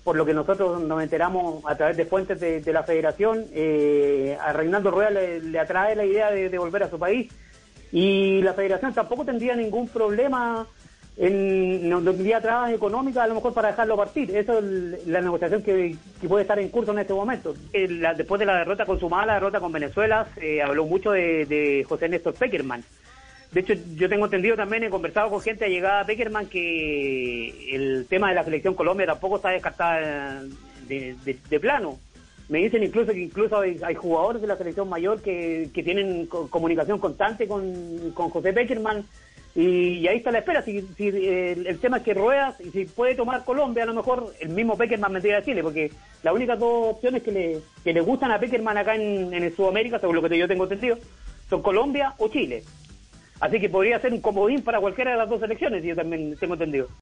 por lo que nosotros nos enteramos a través de fuentes de la federación, a Reinaldo Rueda le atrae la idea de volver a su país, y la federación tampoco tendría ningún problema no tendría trabas económicas a lo mejor para dejarlo partir. Eso es la negociación que puede estar en curso en este momento. Después de la derrota consumada, la derrota con Venezuela, se habló mucho de José Néstor Pekerman. De hecho, yo tengo entendido también, he conversado con gente allegada a Pekerman, que el tema de la selección Colombia tampoco está descartada de plano. Me dicen incluso que hay jugadores de la selección mayor que tienen comunicación constante con José Pekerman, y ahí está la espera. Si el tema es que Ruedas, y si puede tomar Colombia, a lo mejor el mismo Pekerman vendría a Chile, porque las únicas dos opciones que le gustan a Pekerman acá en el Sudamérica, según lo que yo tengo entendido, son Colombia o Chile. Así que podría ser un comodín para cualquiera de las dos selecciones, y yo también tengo entendido.